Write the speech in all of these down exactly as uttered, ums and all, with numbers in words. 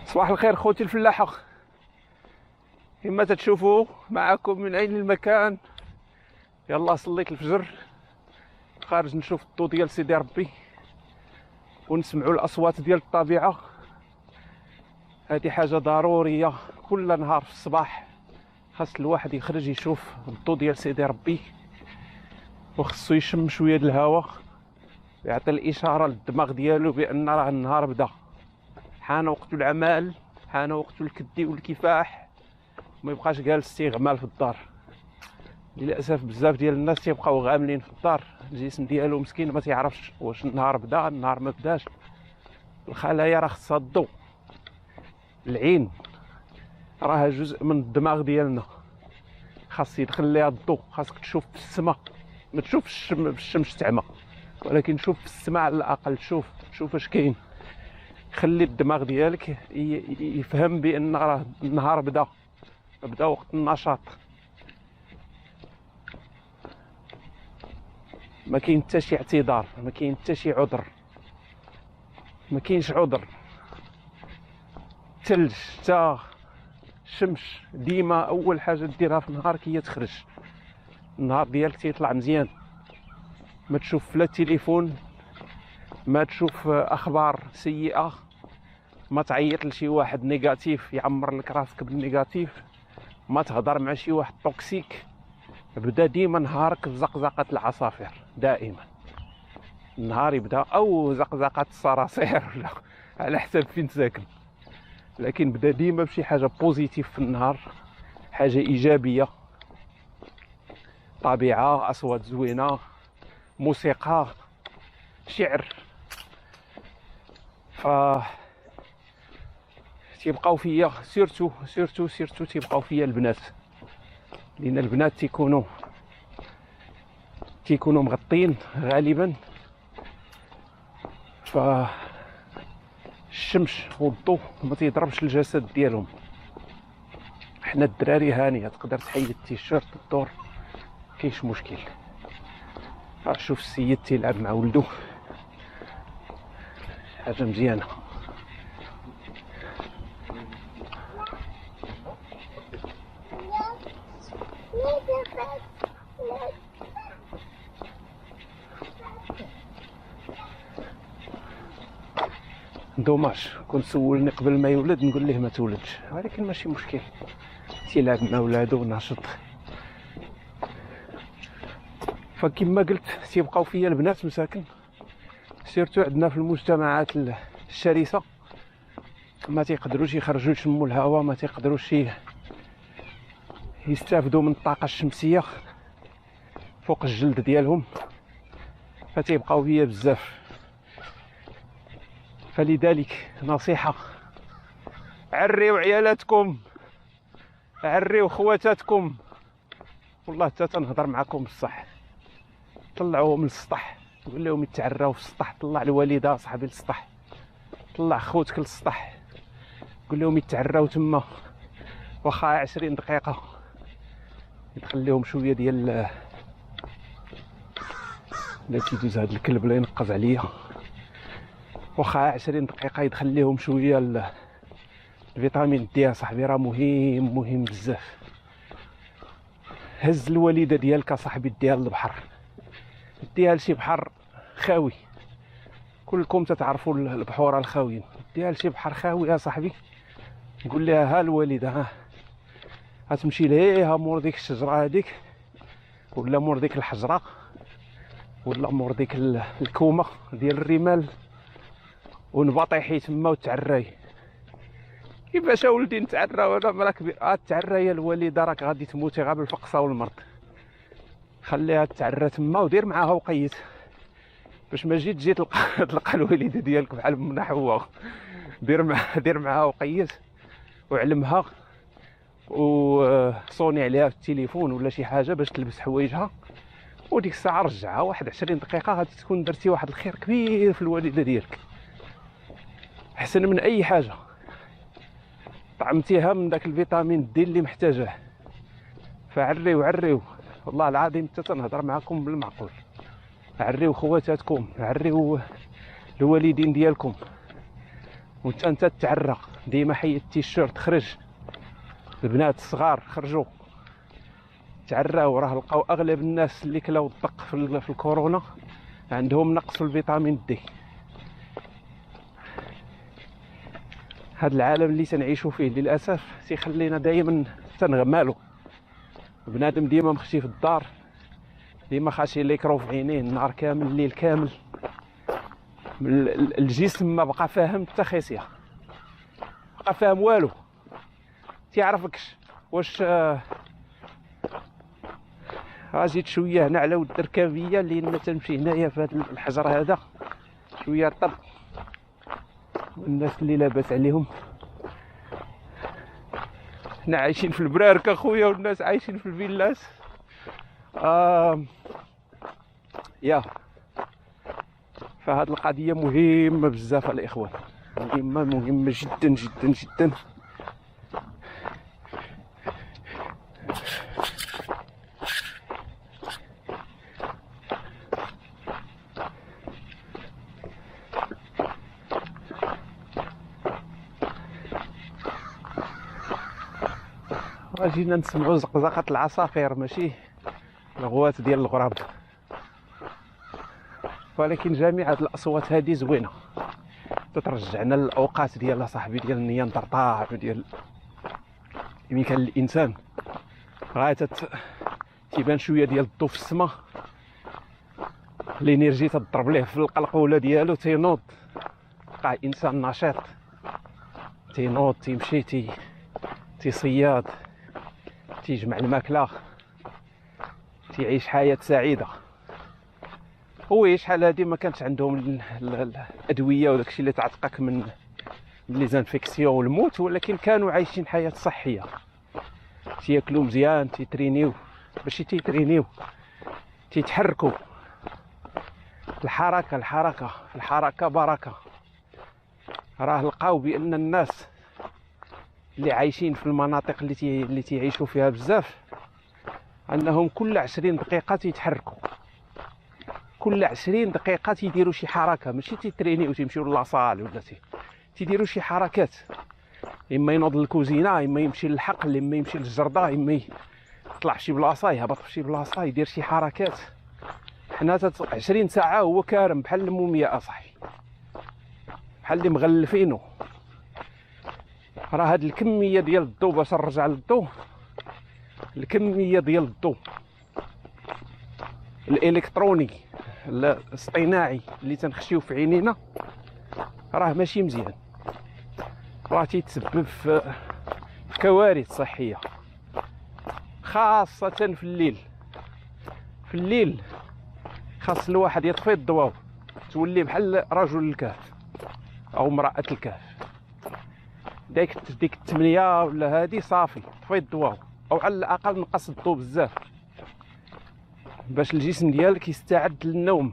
صباح الخير خوتي الفلاحة، كما تتشوفوا معكم من عين المكان. يلا صليت الفجر، خارج نشوف الضو ديال سيدي ربي ونسمعوا الاصوات ديال الطبيعة. هذه حاجة ضرورية، كل نهار في الصباح خاص الواحد يخرج يشوف الضو ديال سيدي ربي، وخصو يشم شوية د الهواء، يعطي الاشارة للدماغ ديالو بان راه النهار بدا، حان وقت العمل، حان وقت الكدي والكفاح، ما يبقاش جالس استغمال في الدار. للاسف بزاف ديال الناس تيبقاو غاملين في الدار، الجسم ديالو مسكين ما تيعرفش واش النهار بدا النهار ما بداش. الخلايا راه خصها الضو، العين راها جزء من الدماغ ديالنا، خاص يدخل ليها الضو. خاصك تشوف في السماء، ما تشوفش في الشمس تعمى، ولكن شوف في السماء على الاقل، شوف شوف اش كاين. خلي الدماغ ديالك يفهم بان راه النهار بدا، بدا وقت النشاط. ما كاين حتى شي اعتذار، ما كاين حتى شي عذر، ما كاينش عذر. الثلج حتى الشمس، ديما اول حاجه ديرها في نهارك هي تخرج. النهار ديالك تيطلع مزيان، ما تشوف لا التليفون، ما تشوف اخبار سيئه، ما تعيط لشي واحد نيجاتيف يعمر لك راسك بالنيجاتيف، ما تهضر مع شي واحد توكسيك. بدا ديما نهارك بزقزقه العصافير، دائما النهار يبدا او زقزقه الصراصير ولا على حسب فين ساكن، لكن بدا ديما بشي حاجه بوزيتيف في النهار، حاجه ايجابيه. طبيعه، اصوات زوينه، موسيقى، شعر. ف تيبقاو فيا سيرتو سيرتو سيرتو تيبقاو فيا البنات، لان البنات تيكونوا تيكونوا مغطين غالبا، ف الشمس والضوء ما تيضربش الجسد ديالهم. حنا الدراري هانيه، تقدر تحيد التيشيرت الدور، كاينش مشكل. شوف السيد تيلعب مع ولدو، حاجه مزيانه. دوماج كنت سولني قبل ما يولد نقول ليه ما تولدش، ولكن ماشي مشكل، تيلعب مع ولادو ناشط. فكما قلت تيبقاو فيا البنات مساكن، سيرتو عندنا في المجتمعات الشرسه ما تيقدروش يخرجوا يشموا الهواء، ما تيقدروش يستافدوا من الطاقه الشمسيه فوق الجلد ديالهم، فتيبقاو فيا بزاف. فلذلك نصيحه، عريو عيالاتكم، عريو خواتاتكم، والله حتى تنهضر معكم بصح. طلعوهم للسطح، قول لهم يتعراو في السطح، طلع الوالده صاحبي للسطح، طلع خوتك للسطح، قول لهم يتعراو تما واخا عشرين دقيقه، يدخل لهم شويه ديال لا تيدوز هذا الكلب لا ينقز عليا، واخا عشرين دقيقه يدخل لهم شويه الفيتامين دي صاحبي، راه مهم مهم بزاف. هز الوالده ديالك صاحبي ديها للبحر، ديها لشي بحر خاوي، كلكم تتعرفوا البحور الخاويين، ديها لشي بحر خاوي يا صاحبي، نقول لها ها الوالده ها غتمشي ليها مور ديك الشجره هذيك، ولا مور ديك الحجره، ولا مور ديك الكومه ديال الرمال، ونباطيحي تما وتعراي. كيفاش اولدي نتعرى وانا مرا كبير؟ اه تعرى يا الوالده، راك غادي تموتي غير بالفقصه والمرض. خليها تعرى تما ودير معاها وقيت، باش ما جيت تجي تلقى تلقى الوالده ديالك بحال من حواء. دير معها دير معاها وقيت وعلمها، وصوني عليها في التليفون ولا شي حاجه باش تلبس حوايجها، وديك الساعه رجعها واحد عشرين دقيقه، غادي تكون درتي واحد الخير كبير في الوالده ديالك، احسن من اي حاجه طعمتيها من داك الفيتامين دي اللي محتاجاه. فعريو عريو، والله العظيم حتى تنهضر معكم بالمعقول. عريو خواتاتكم، عريو الوالدين ديالكم، وانت انت تعرى. ديما حيد التيشيرت خرج. البنات الصغار خرجوا تعراو، راه لقاو اغلب الناس اللي كلاو الدق في, في الكورونا عندهم نقص في الفيتامين دي. هذا العالم اللي تنعيشوا فيه للاسف تيخلينا دائما تنغمالو. بنادم ديما مخشي في الدار، ديما خاشي ليكرو في عينيه النهار كامل الليل كامل. الجسم ما بقى فاهم حتى خيسيه، بقى فاهم والو، تيعرفكش واش غازيد شويه هنا على ود الركابيه لان تنمشي هنايا في هذا الحجر هذا شويه طب، والناس اللي لاباس عليهم. حنا عايشين في البرارك اخويا والناس عايشين في الفيلاس. آه يا فهاد القضيه مهمه بزاف الاخوان، مهمه مهمه جدا جدا جدا. جينا نسمعوا زقزقه العصافير ماشي الغوات ديال الغراب، ولكن جميع هاد الاصوات هذه زوينه تترجعنا للاوقات ديال صاحبي ديال النياندرتال وديال ملي كان الانسان غايه تيبان شويه ديال الضو في السماء، الانرجي تضرب ليه في القلقوله ديالو تينوض بقى انسان نشيط، تينوض تيمشي تي تيصياد تيجمع الماكله تيعيش حياه سعيده. هو شحال هادي ما كانش عندهم الادويه وداكشي اللي تعتقك من لي زانفيكسيون والموت، ولكن كانوا عايشين حياه صحيه، تياكلوا مزيان، تيترينيو ماشي تيترينيو تيتحركوا. الحركه الحركه الحركه بركه. راه لقاو بان الناس اللي عايشين في المناطق اللي تي... اللي تيعيشوا فيها بزاف انهم كل عشرين دقيقه تيتحركوا، كل عشرين دقيقه تيديروا شي حركه، ماشي تيترينيو تيمشيو لاصال ولا تي تيديروا شي حركات، اما ينوض للكوزينه، اما يمشي للحقل، اما يمشي للجرده، اما يطلع شي بلاصه، يهبط في شي بلاصه، يدير شي حركات. حنا عشرين ساعه هو كارم بحال المومياء اصاحبي، بحال اللي مغلفينو. راه هاد الكميه ديال الضو، باش نرجع للضو، الكميه ديال الضو الالكتروني الاصطناعي اللي تنخشيو في عينينا راه ماشي مزيان، راه تيتسبب في كوارث صحيه، خاصه في الليل. في الليل خاص الواحد يطفي الضواو، تولي بحال رجل الكهف او امراه الكهف، ديك ديك الثمانية ولا هادي صافي طفي الضواو، او على الاقل نقص الضو بزاف باش الجسم ديالك يستعد للنوم.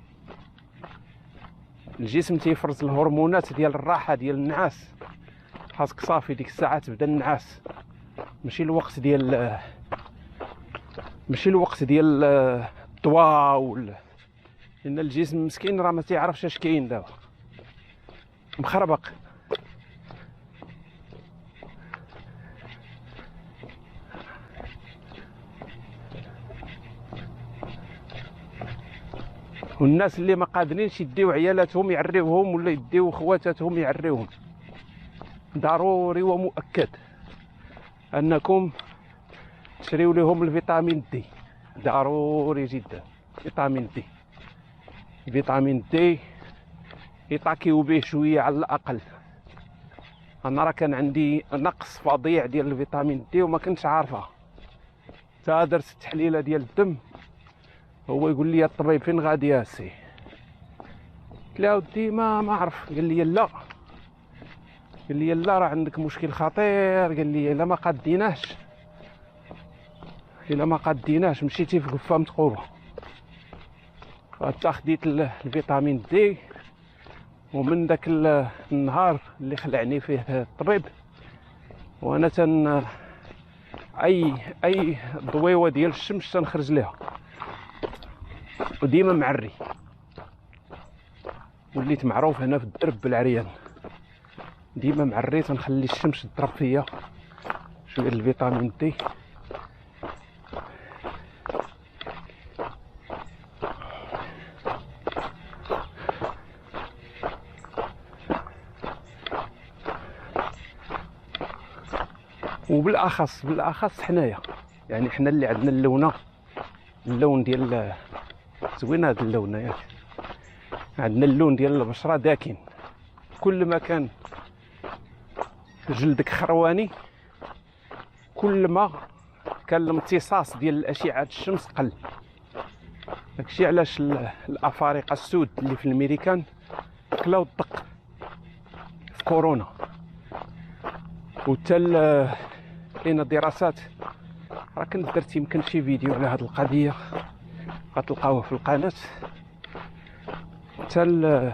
الجسم تيفرز الهرمونات ديال الراحه ديال النعاس، خاصك صافي ديك الساعه تبدا النعاس، ماشي الوقت ديال ماشي الوقت ديال الضواو، لان الجسم مسكين راه ما تيعرفش اش كاين دابا، مخربق. والناس اللي ما قادرينش يديو عيالاتهم يعريوهم ولا يديو خواتاتهم يعريوهم، ضروري ومؤكد انكم تشريو لهم الفيتامين دي، ضروري جدا. فيتامين دي فيتامين دي يطاكيو به شويه على الاقل. انا راه كان عندي نقص فظيع ديال الفيتامين دي وما كنتش عارفه، تا درت التحليله ديال الدم، هو يقول لي الطبيب فين غادي يا سي؟ قلت له ودي ما ما عرف. قال لي لا، قال لي لا راه عندك مشكل خطير، قال لي الا ما قديناش الا ما قديناش مشيتي في قفه متقوبه. حتى خديت الفيتامين دي، ومن داك النهار اللي خلعني فيه الطبيب وانا تن اي اي ضويوه ديال الشمس تنخرج لها، وديما معري. وليت معروف هنا في الدرب بالعريان، ديما مع الري تنخلي الشمس تضرب فيا شويه الفيتامين دي. وبالاخص بالاخص حنايا يعني حنا اللي عندنا اللونه اللون ديال زوين هذا اللون ياك، عندنا اللون ديال البشره داكن. كل ما كان جلدك خرواني كل ما كان الامتصاص ديال الاشعه الشمس قل. داكشي علاش الافارقه السود اللي في الميريكان كلاو الدق في كورونا. وحتى كاينه دراسات راه كنت درت يمكن شي فيديو على هذه القضيه غتلقاوه في القناه. حتى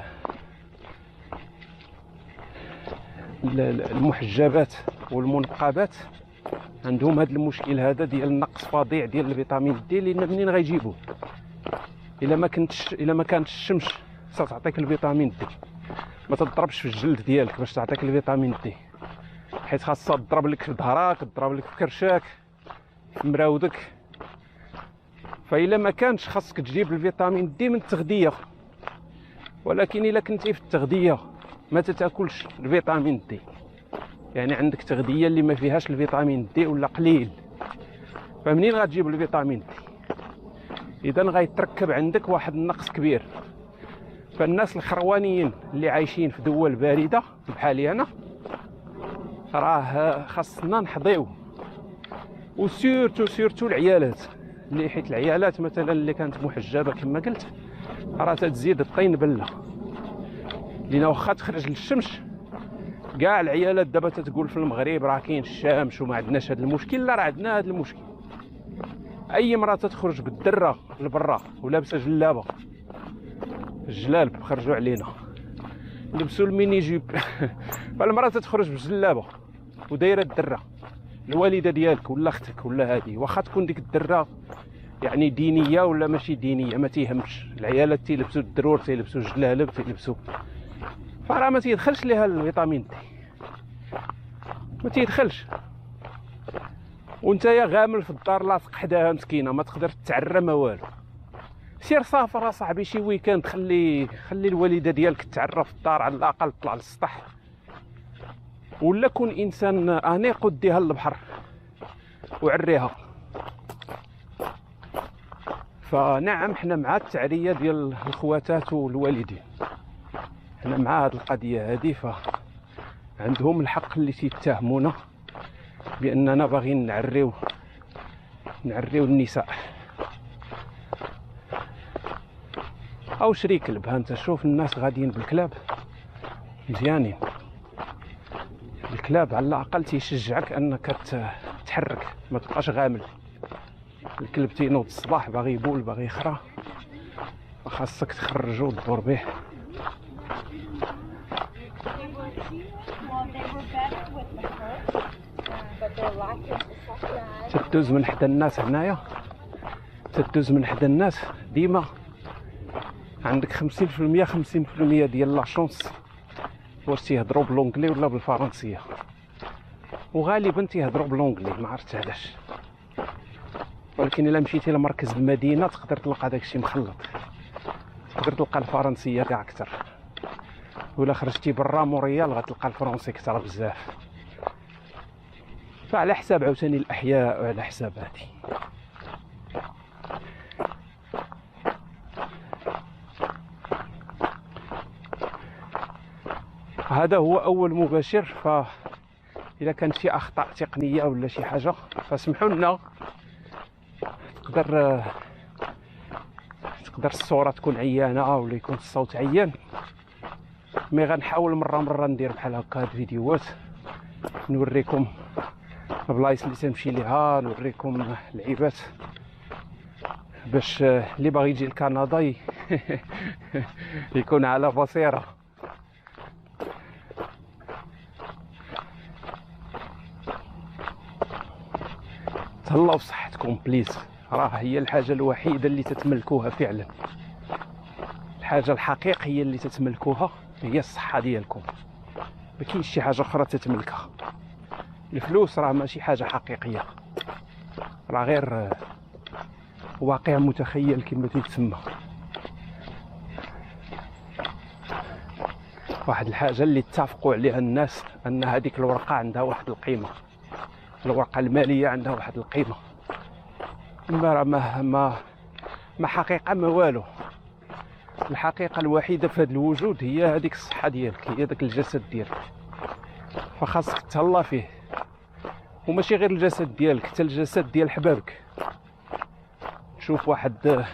المحجبات والمنقبات عندهم هذا المشكل هذا ديال النقص فظيع ديال الفيتامين دي، لان منين غيجيبوه الا ما كنتش الا ما كانتش الشمس ستعطيك الفيتامين دي. ما تضربش في الجلد ديالك باش تعطيك الفيتامين دي، حيت خاصها تضرب لك في ظهرك، تضرب لك في كرشاك، في مراودك. فإلا ما كانش خاصك تجيب الفيتامين دي من التغذيه. ولكن الا كنتي في التغذيه ما تتاكلش الفيتامين دي، يعني عندك تغذيه اللي ما فيهاش الفيتامين دي ولا قليل، فمنين غتجيب الفيتامين دي؟ اذا غيتركب عندك واحد النقص كبير. فالناس الخروانيين اللي عايشين في دول بارده بحالي انا راه خاصنا نحضيو، وسيرتو سيرتو العيالات اللي حيت العيالات مثلا اللي كانت محجبه كما قلت راه تتزيد الطين بله. لينا واخا تخرج للشمس كاع العيالات دابا تتقول في المغرب راه كاين الشمس وما عندناش هذا المشكل. لا، راه عندنا هذا المشكل. اي مراه تخرج بالدره لبرا ولابسه جلابه الجلالب خرجوا علينا لبسوا الميني جيب فالمراه تخرج بالجلابه ودايره الدره الوالده ديالك ولا اختك ولا هذه، واخا تكون ديك الدره يعني دينيه ولا ماشي دينيه ما تيهمش. العيالات تيلبسوا الدرور تيلبسوا الجلالب تيلبسوا، فراه ما تيدخلش ليها الفيتامين دي، ما تيدخلش. وانت يا غامل في الدار لاصق حداها مسكينه ما تقدر تتعرى ما والو. سير سافر اصاحبي شي ويكاند، خلي خلي الوالده ديالك تعرى في الدار على الاقل، طلع للسطح ولا كون انسان انيق وديها للبحر وعريها. فنعم حنا مع التعريه ديال الخواتات والوالدين، حنا مع هذه القضيه هذه. فعندهم الحق اللي تيتهمونا باننا باغيين نعريو نعريو النساء. او شري كلب، ها انت شوف الناس غاديين بالكلاب مزيانين. الكلاب على الاقل تيشجعك انك تحرك ما تبقاش غامل. الكلب تينوض الصباح باغي يبول باغي يخرى، خاصك تخرجو تدور به. تدوز من حدا الناس هنايا، تدوز من حدا الناس ديما عندك خمسين في المية خمسين في المية ديال لاشونس واش تيهضروا بالونجلي ولا بالفرنسيه، وغالبا تيهضروا بالونجلي ما عرفتش علاش. ولكن الا مشيتي لمركز المدينه تقدر تلقى داكشي مخلط، تقدر تلقى الفرنسيه كاع اكثر، ولا خرجتي برا موريال غتلقى الفرنسي كثر بزاف. فعلى حساب عاوتاني الاحياء وعلى حساب هادي. هذا هو اول مباشر. ف اذا كانت شي اخطاء تقنيه ولا شي حاجه فاسمحوا لنا. تقدر تقدر الصوره تكون عيانه ولا يكون الصوت عيان، مي غنحاول مره مره ندير بحال هكا هاد الفيديوهات نوريكم البلايص اللي تنمشي ليها، نوريكم اللعيبات باش اللي باغي يجي لكندا يكون على بصيره. تهلاو بصحتكم بليز، راه هي الحاجه الوحيده اللي تتملكوها فعلا. الحاجه الحقيقيه اللي تتملكوها هي الصحه ديالكم. ما كاينش شي حاجه اخرى تتملكها. الفلوس راه ماشي حاجه حقيقيه، راه غير واقع متخيل كما تيتسمى. واحد الحاجه اللي اتفقوا عليها الناس ان هذيك الورقه عندها واحد القيمه، الورقه الماليه عندها واحد القيمه، ما ما ما, ما حقيقه ما والو. الحقيقه الوحيده في هذا الوجود هي هذيك الصحه ديالك، هي داك الجسد ديالك، فخاصك تهلا فيه. وماشي غير الجسد ديالك، حتى الجسد ديال حبابك. تشوف واحد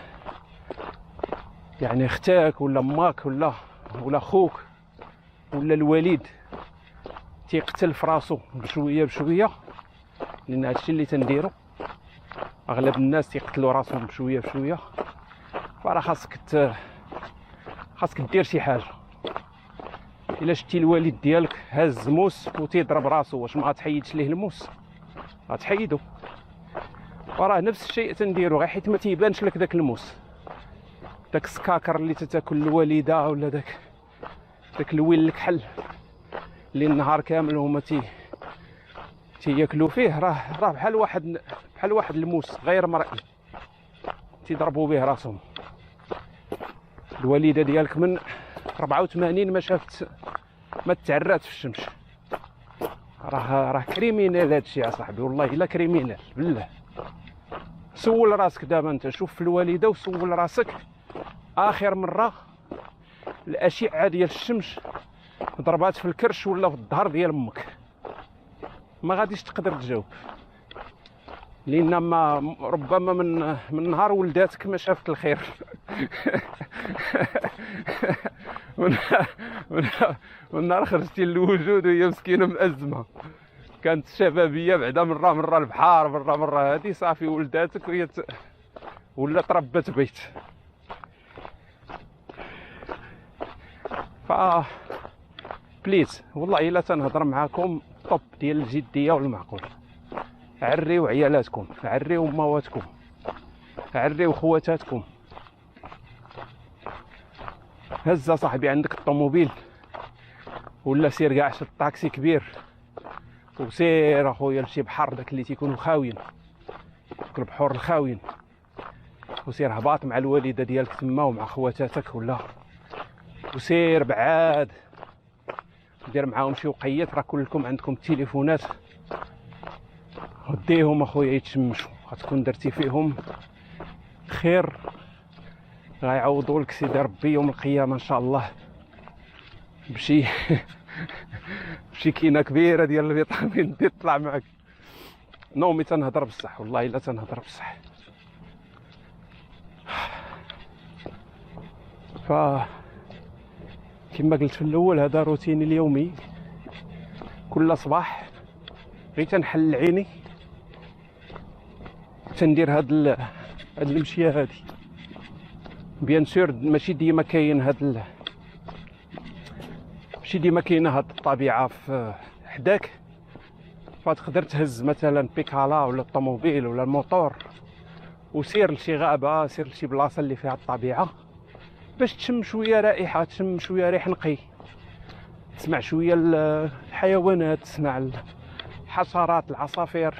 يعني اختك ولا ماك ولا ولا خوك ولا الوالد تيقتل في راسو بشويه بشويه، لان هادشي اللي تنديرو، اغلب الناس تيقتلوا راسهم بشويه بشويه. فراه خاصك ت... خاصك دير شي حاجه. الا شتي الوالد ديالك هاز موس وتيضرب راسو، واش ما غتحيدش ليه الموس؟ غتحيدو. وراه نفس الشيء تنديرو، غير حيت ما تيبانش لك داك الموس، داك السكاكر اللي تتاكل الوالده، ولا داك داك الويل الكحل اللي النهار كامل هما تي تياكلوا فيه، راه راه بحال واحد بحال واحد الموس غير مرئي تيضربوا به راسهم. الوالده ديالك من أربعة وثمانين ما شافت، ما تعرات في الشمس. راه راه كريمينال هادشي يا صاحبي، والله الا كريمينال بالله. سول راسك دابا انت، شوف في الوالده وسول راسك اخر مره الاشعه ديال الشمس ضربات في الكرش ولا في الظهر ديال امك. ما غاديش تقدر تجاوب، لان ما ربما من من نهار ولداتك ما شافت الخير. من من من نهار خرجتي للوجود وهي مسكينه مأزمه، كانت شبابيه بعدا مره مره البحار، مره مره هادي، صافي ولداتك وهي ت... ولا تربت بيت. ف بليز والله الا تنهضر معاكم طب ديال الجديه والمعقول. عريو عيالاتكم، عريو مواتكم، عريو خواتاتكم. هزا صاحبي عندك الطوموبيل ولا سير كاع شد طاكسي كبير وسير اخويا لشي بحر داك اللي تيكونوا خاويين، داك البحور الخاويين، وسير هباط مع الوالده ديالك تما ومع خواتاتك، ولا وسير بعاد دير معاهم شي وقيت. راه كلكم عندكم التليفونات، وديهم اخويا يتشمشوا، غتكون درتي فيهم خير غيعوضوا لك سيدي ربي يوم القيامه ان شاء الله بشي بشي كينه كبيره ديال الفيتامين دي تطلع معك. نومي تنهضر بصح، والله الا تنهضر بصح. ف كما قلت في الاول، هذا روتيني اليومي. كل صباح غير تنحل عيني تندير هاد ال... هاد المشيه هادي. بيان سور ماشي ديما كاين هاد ال... ماشي ديما كاينه هاد الطبيعه في حداك، فتقدر تهز مثلا بيكالا ولا الطوموبيل ولا الموطور وسير لشي غابه، سير لشي بلاصه اللي فيها الطبيعه باش تشم شويه رائحه، تشم شويه ريح نقي، تسمع شويه الحيوانات، تسمع الحشرات، العصافير.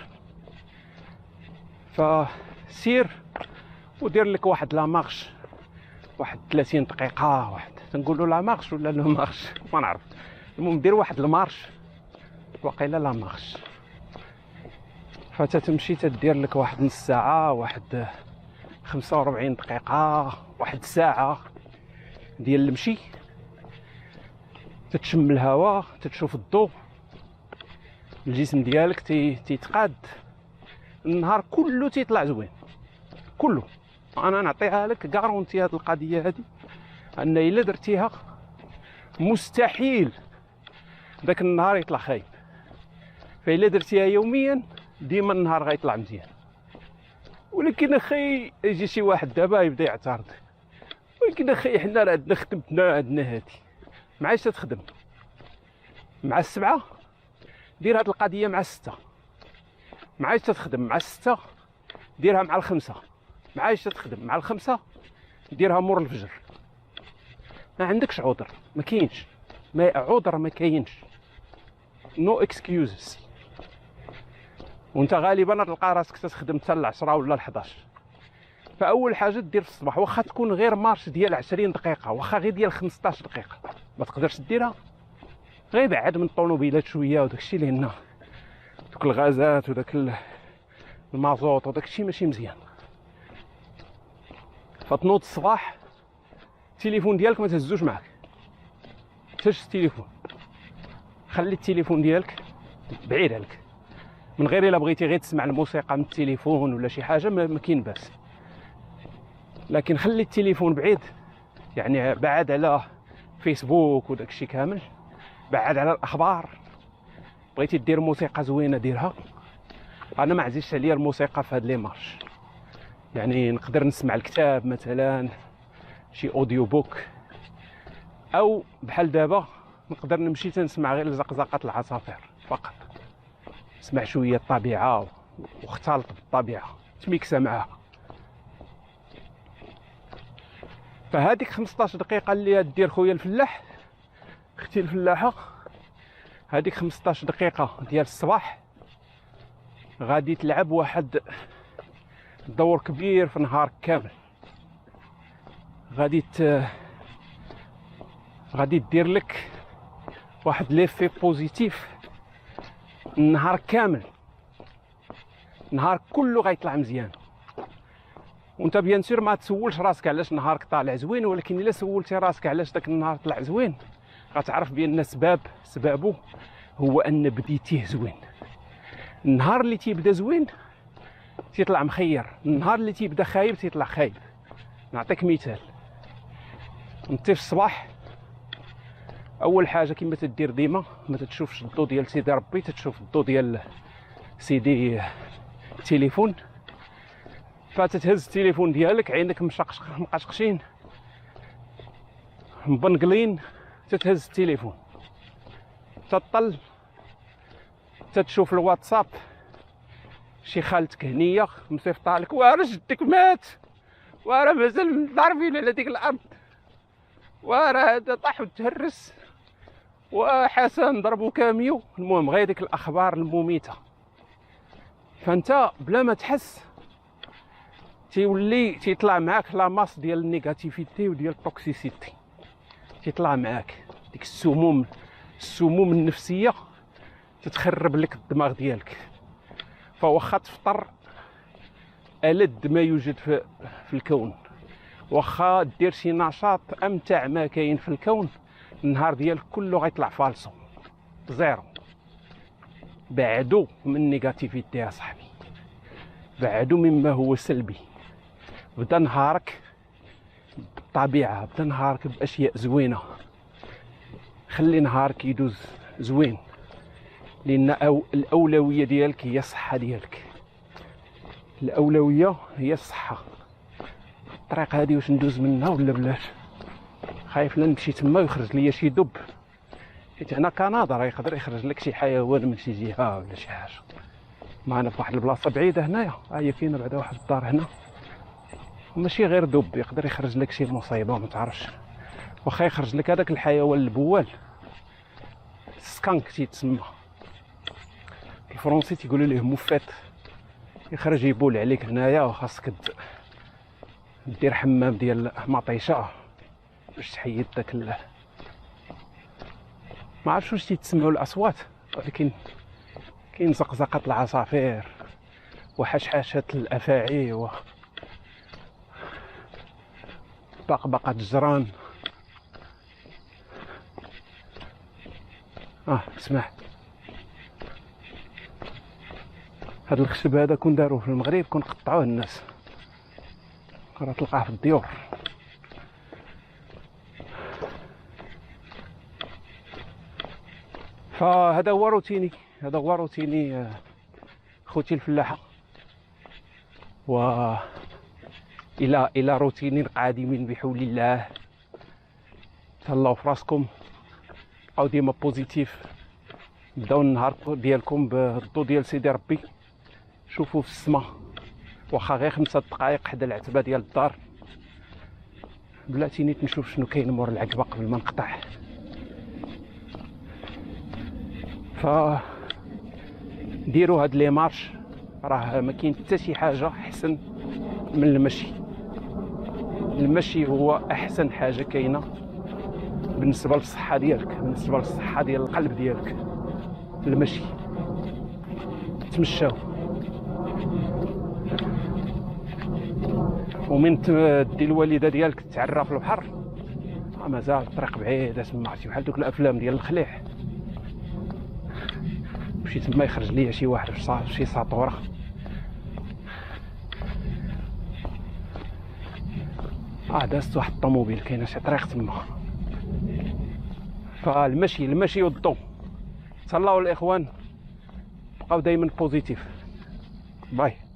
فسير ودير لك واحد لا مارش، واحد ثلاثين دقيقه، واحد تنقولوا لا مارش ولا لو مارش ما نعرف، المهم دير واحد المارش، وقيله لا مارش. فتتمشي تدير لك واحد نص ساعه، واحد خمسة وأربعين دقيقه، واحد ساعه ديال المشي، تتشم الهواء، تتشوف الضوء، الجسم ديالك تيتقاد، النهار كله تيطلع زوين كله. انا نعطيها لك كارونتي هاد القضيه هادي، ان الا درتيها مستحيل داك النهار يطلع خايب. فالا درتيها يوميا ديما النهار غيطلع مزيان. ولكن اخي يجي شي واحد دابا يبدا يعترض، ولكن اخي حنا راه عندنا خدمتنا، عندنا هادي. معاش تخدم مع السبعه، دير هاد القضيه مع السته. معاش تخدم مع السته، ديرها مع الخمسه. معاش تخدم مع الخمسه، ديرها مور الفجر. ما عندكش عذر، ما كاينش، ما عذر ما كاينش. نو اكسكيوزز. وانت غالبا تلقى راسك تخدم حتى العشرة ولا الحداش. فاول حاجه دير في الصباح، واخا تكون غير مارش ديال عشرين دقيقه، واخا غير ديال خمسطاش دقيقه ما تقدرش ديرها، غير بعد من الطوموبيلات شويه وداكشي لان دوك الغازات وداك المازوط وداكشي ماشي مزيان. فتنوض الصباح التليفون ديالك ما تهزوش معاك، تهز التليفون، خلي التليفون ديالك بعيد عليك، من غير الا بغيتي غير تسمع الموسيقى من التليفون ولا شي حاجه ما كاين باس، لكن خلي التليفون بعيد، يعني بعد على فيسبوك وداكشي كامل، بعد على الاخبار. بغيتي دير موسيقى زوينه ديرها. انا ما عزيزش عليا الموسيقى في هاد لي مارش، يعني نقدر نسمع الكتاب مثلا، شي اوديو بوك، او بحال دابا نقدر نمشي تنسمع غير زقزقه العصافير فقط، نسمع شويه الطبيعه واختلط بالطبيعه تميكسا معاها. فهاديك خمسطاش دقيقه اللي دير خويا الفلاح، اختي الفلاحه، هاديك خمسطاش دقيقه ديال الصباح غادي تلعب واحد دور كبير في نهار كامل. غادي ت... غادي دير لك واحد ليفي بوزيتيف النهار كامل، النهار كله غيطلع مزيان. وانت بيان سور ما تسولش راسك علاش نهارك طالع زوين، ولكن الا سولتي راسك علاش داك النهار طلع زوين غتعرف بان سباب سبابه هو ان بديتيه زوين. النهار اللي تيبدا زوين تيطلع مخير، النهار اللي تيبدا خايب تيطلع خايب. نعطيك مثال، انت في الصباح اول حاجه كما تدير ديما ما تتشوفش الضو ديال سيدي ربي، تتشوف الضو ديال سيدي التليفون. فتتهز التليفون ديالك، عينك مشقشق مقشقشين مبنقلين، تتهز التليفون تطل تتشوف الواتساب، شي خالتك هنيه مصيفطه لك واه جدك مات، واه مازال ضاربين على ديك الارض، واه هذا طاح وتهرس، وحسن ضربو كاميو. المهم غير ديك الاخبار المميته. فانت بلا ما تحس تيولي تيطلع معاك لا ماس ديال النيجاتيفيتي وديال التوكسيسيتي، تيطلع معاك ديك السموم السموم النفسيه تتخرب لك الدماغ ديالك. فواخا تفطر ألد ما يوجد في, في الكون، واخا دير شي نشاط امتع ما كاين في الكون، النهار ديالك كله غيطلع فالصو زيرو. بعدو من النيجاتيفيتي يا صاحبي، بعدو مما هو سلبي. بدا نهارك بالطبيعه، بدا نهارك باشياء زوينه، خلي نهارك يدوز زوين، لان أو الاولويه ديالك هي الصحه ديالك، الاولويه هي الصحه. الطريق هذه واش ندوز منها ولا بلاش؟ خايف لا نمشي تما ويخرج ليا شي دب، حيت هنا كندا راه يقدر يخرج لك شي حيوان من شي جهه ولا شي حاجه. معنا في واحد البلاصه بعيده هنايا، ها هي كاينه بعدا واحد الدار هنا، وماشي غير دب، يقدر يخرج لك شي مصيبه ما تعرفش. واخا يخرج لك هذاك الحيوان البوال، سكانك تيتسمى، الفرنسي تيقولوا ليه موفات، يخرج يبول عليك هنايا، وخاصك دير حمام ديال مطيشه باش تحيد داك ال... ما عرفتش واش تيتسمعوا الاصوات، ولكن كاين زقزقه العصافير وحشحشه الافاعي و بقبقه الجران. اه اسمع، هاد الخشب هذا كون داروه في المغرب كون قطعوه الناس، راه تلقاه في الديور. فهذا هو روتيني، هذا هو روتيني خوتي الفلاحه، و الى الى روتين قادم بحول الله. تهلاو في راسكم، بقاو ديما بوزيتيف، بداو النهار ديالكم بالضو ديال سيدي ربي، شوفوا في السماء واخا غير خمسة دقائق حدا العتبه ديال الدار، بلاتي نيت نشوف شنو كاين مور العقبه قبل ما نقطع. ف ديروا هاد لي مارش، راه ما كاين حتى شي حاجه احسن من المشي. المشي هو احسن حاجه كاينه بالنسبه للصحه ديالك، بالنسبه للصحه ديال القلب ديالك. المشي تمشاو، ومن تدي الوالده ديالك تعرى في البحر مازال الطريق بعيده. تما عرفتي بحال دوك الافلام ديال الخليع، مشيت تما يخرج ليا شي واحد في شي ساطوره، اه دازت واحد الطوموبيل كاينه شي طريق تما. فالمشي المشي والضو. تهلاو الاخوان، بقاو دائما بوزيتيف. باي.